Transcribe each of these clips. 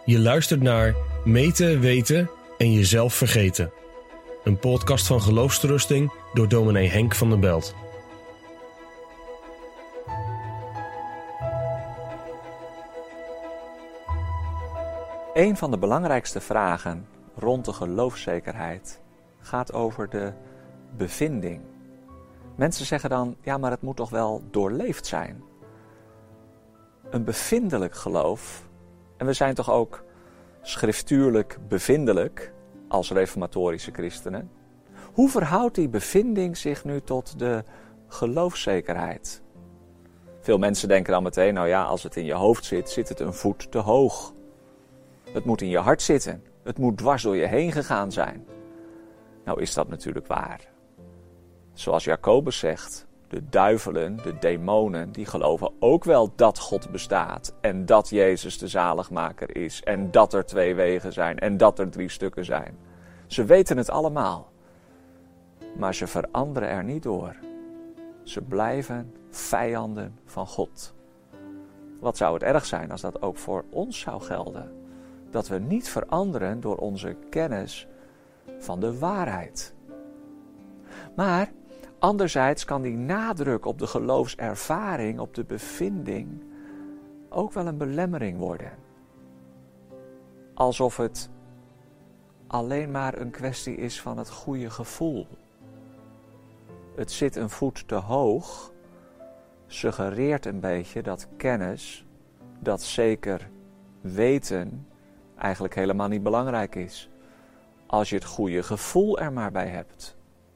Je luistert naar Meten, Weten en Jezelf Vergeten. Een podcast van Geloofsterusting door dominee Henk van der Belt. Een van de belangrijkste vragen rond de geloofszekerheid gaat over de bevinding. Mensen zeggen dan, ja, maar het moet toch wel doorleefd zijn. Een bevindelijk geloof, en we zijn toch ook schriftuurlijk bevindelijk als reformatorische christenen. Hoe verhoudt die bevinding zich nu tot de geloofszekerheid? Veel mensen denken dan meteen, nou ja, als het in je hoofd zit, zit het een voet te hoog. Het moet in je hart zitten. Het moet dwars door je heen gegaan zijn. Nou is dat natuurlijk waar. Zoals Jacobus zegt, de duivelen, de demonen, die geloven ook wel dat God bestaat. En dat Jezus de zaligmaker is. En dat er 2 wegen zijn. En dat er 3 stukken zijn. Ze weten het allemaal. Maar ze veranderen er niet door. Ze blijven vijanden van God. Wat zou het erg zijn als dat ook voor ons zou gelden? Dat we niet veranderen door onze kennis van de waarheid. Maar anderzijds kan die nadruk op de geloofservaring, op de bevinding, ook wel een belemmering worden. Alsof het alleen maar een kwestie is van het goede gevoel. Het zit een voet te hoog, suggereert een beetje dat kennis, dat zeker weten, eigenlijk helemaal niet belangrijk is. Als je het goede gevoel er maar bij hebt.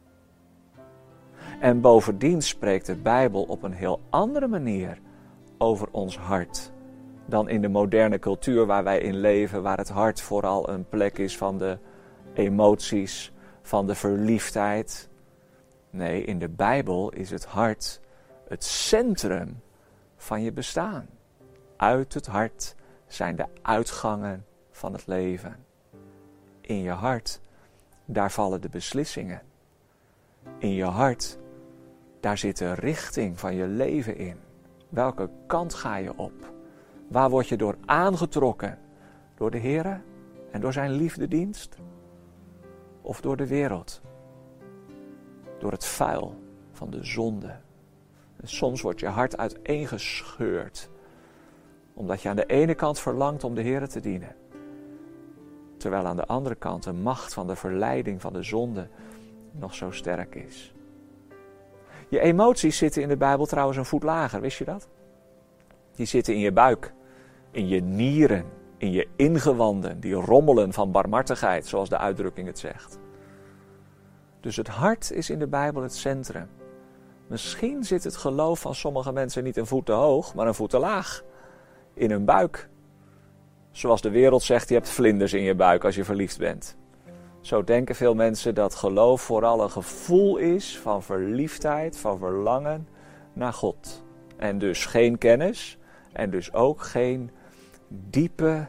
En bovendien spreekt de Bijbel op een heel andere manier over ons hart dan in de moderne cultuur waar wij in leven, waar het hart vooral een plek is van de emoties, van de verliefdheid. Nee, in de Bijbel is het hart het centrum van je bestaan. Uit het hart zijn de uitgangen van het leven. In je hart, daar vallen de beslissingen. In je hart, daar zit de richting van je leven in. Welke kant ga je op? Waar word je door aangetrokken? Door de Heere en door zijn liefdedienst? Of door de wereld? Door het vuil van de zonde? En soms wordt je hart uiteengescheurd. Omdat je aan de ene kant verlangt om de Heere te dienen. Terwijl aan de andere kant de macht van de verleiding van de zonde nog zo sterk is. Je emoties zitten in de Bijbel trouwens een voet lager, wist je dat? Die zitten in je buik, in je nieren, in je ingewanden, die rommelen van barmhartigheid, zoals de uitdrukking het zegt. Dus het hart is in de Bijbel het centrum. Misschien zit het geloof van sommige mensen niet een voet te hoog, maar een voet te laag. In hun buik. Zoals de wereld zegt, je hebt vlinders in je buik als je verliefd bent. Zo denken veel mensen dat geloof vooral een gevoel is van verliefdheid, van verlangen naar God. En dus geen kennis en dus ook geen diepe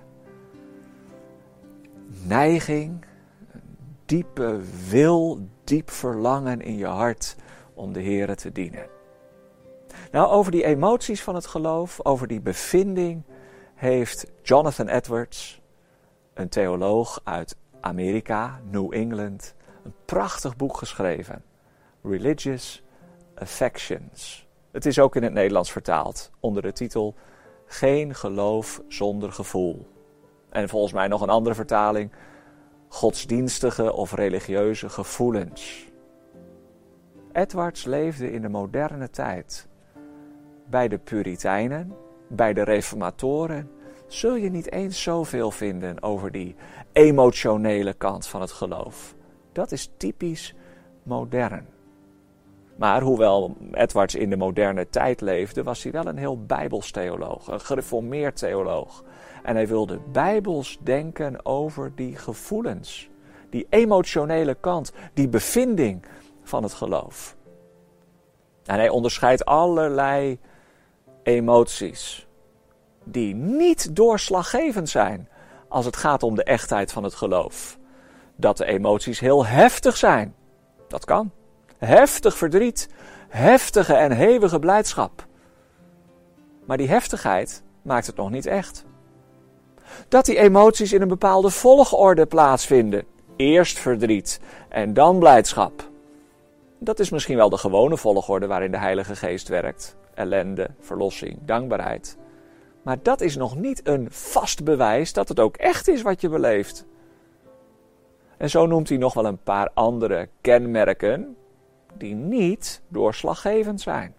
neiging, diepe wil, diep verlangen in je hart om de Heere te dienen. Nou, over die emoties van het geloof, over die bevinding, heeft Jonathan Edwards, een theoloog uit Amerika, New England, een prachtig boek geschreven. Religious Affections. Het is ook in het Nederlands vertaald, onder de titel Geen geloof zonder gevoel. En volgens mij nog een andere vertaling, Godsdienstige of religieuze gevoelens. Edwards leefde in de moderne tijd. Bij de Puritijnen, bij de reformatoren, zul je niet eens zoveel vinden over die emotionele kant van het geloof. Dat is typisch modern. Maar hoewel Edwards in de moderne tijd leefde, was hij wel een heel bijbels theoloog, een gereformeerd theoloog. En hij wilde bijbels denken over die gevoelens, die emotionele kant, die bevinding van het geloof. En hij onderscheidt allerlei emoties die niet doorslaggevend zijn als het gaat om de echtheid van het geloof. Dat de emoties heel heftig zijn, dat kan. Heftig verdriet, heftige en hevige blijdschap. Maar die heftigheid maakt het nog niet echt. Dat die emoties in een bepaalde volgorde plaatsvinden. Eerst verdriet en dan blijdschap. Dat is misschien wel de gewone volgorde waarin de Heilige Geest werkt. Ellende, verlossing, dankbaarheid. Maar dat is nog niet een vast bewijs dat het ook echt is wat je beleeft. En zo noemt hij nog wel een paar andere kenmerken die niet doorslaggevend zijn.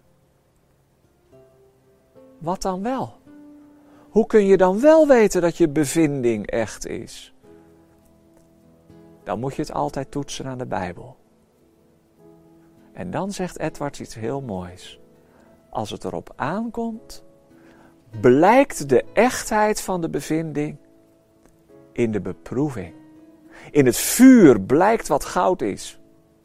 Wat dan wel? Hoe kun je dan wel weten dat je bevinding echt is? Dan moet je het altijd toetsen aan de Bijbel. En dan zegt Edwards iets heel moois. Als het erop aankomt, blijkt de echtheid van de bevinding in de beproeving. In het vuur blijkt wat goud is.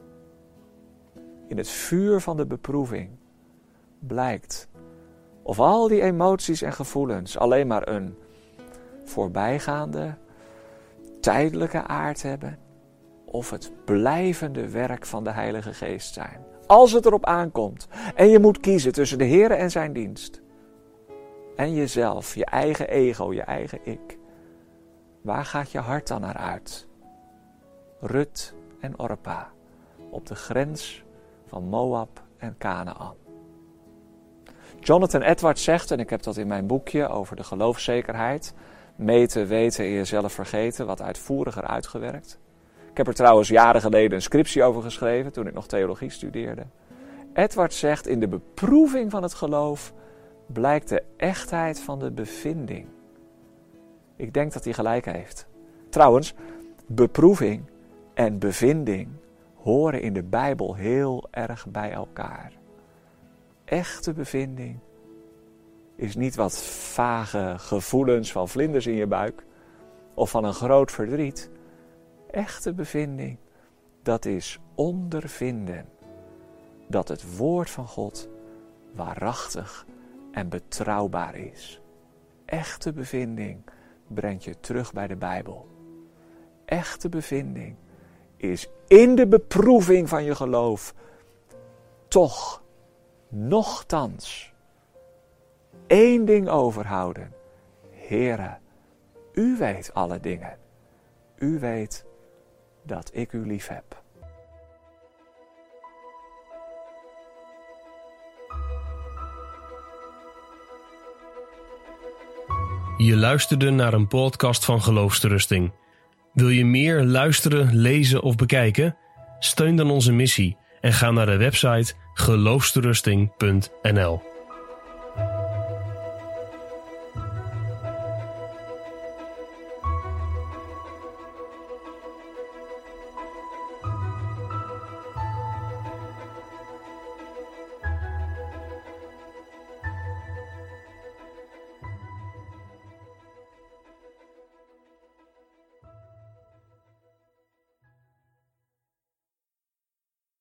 In het vuur van de beproeving blijkt of al die emoties en gevoelens alleen maar een voorbijgaande, tijdelijke aard hebben, of het blijvende werk van de Heilige Geest zijn. Als het erop aankomt en je moet kiezen tussen de Heere en zijn dienst en jezelf, je eigen ego, je eigen ik, waar gaat je hart dan naar uit? Rut en Orpa, op de grens van Moab en Kanaan. Jonathan Edwards zegt, en ik heb dat in mijn boekje over de geloofszekerheid, meten, weten en jezelf vergeten, wat uitvoeriger uitgewerkt. Ik heb er trouwens jaren geleden een scriptie over geschreven, toen ik nog theologie studeerde. Edwards zegt, in de beproeving van het geloof blijkt de echtheid van de bevinding. Ik denk dat hij gelijk heeft. Trouwens, beproeving en bevinding horen in de Bijbel heel erg bij elkaar. Echte bevinding is niet wat vage gevoelens van vlinders in je buik of van een groot verdriet. Echte bevinding, dat is ondervinden dat het woord van God waarachtig en betrouwbaar is. Echte bevinding brengt je terug bij de Bijbel. Echte bevinding is in de beproeving van je geloof toch nochtans één ding overhouden. Heere, u weet alle dingen. U weet dat ik u lief heb. Je luisterde naar een podcast van Geloofsterusting. Wil je meer luisteren, lezen of bekijken? Steun dan onze missie en ga naar de website geloofsterusting.nl.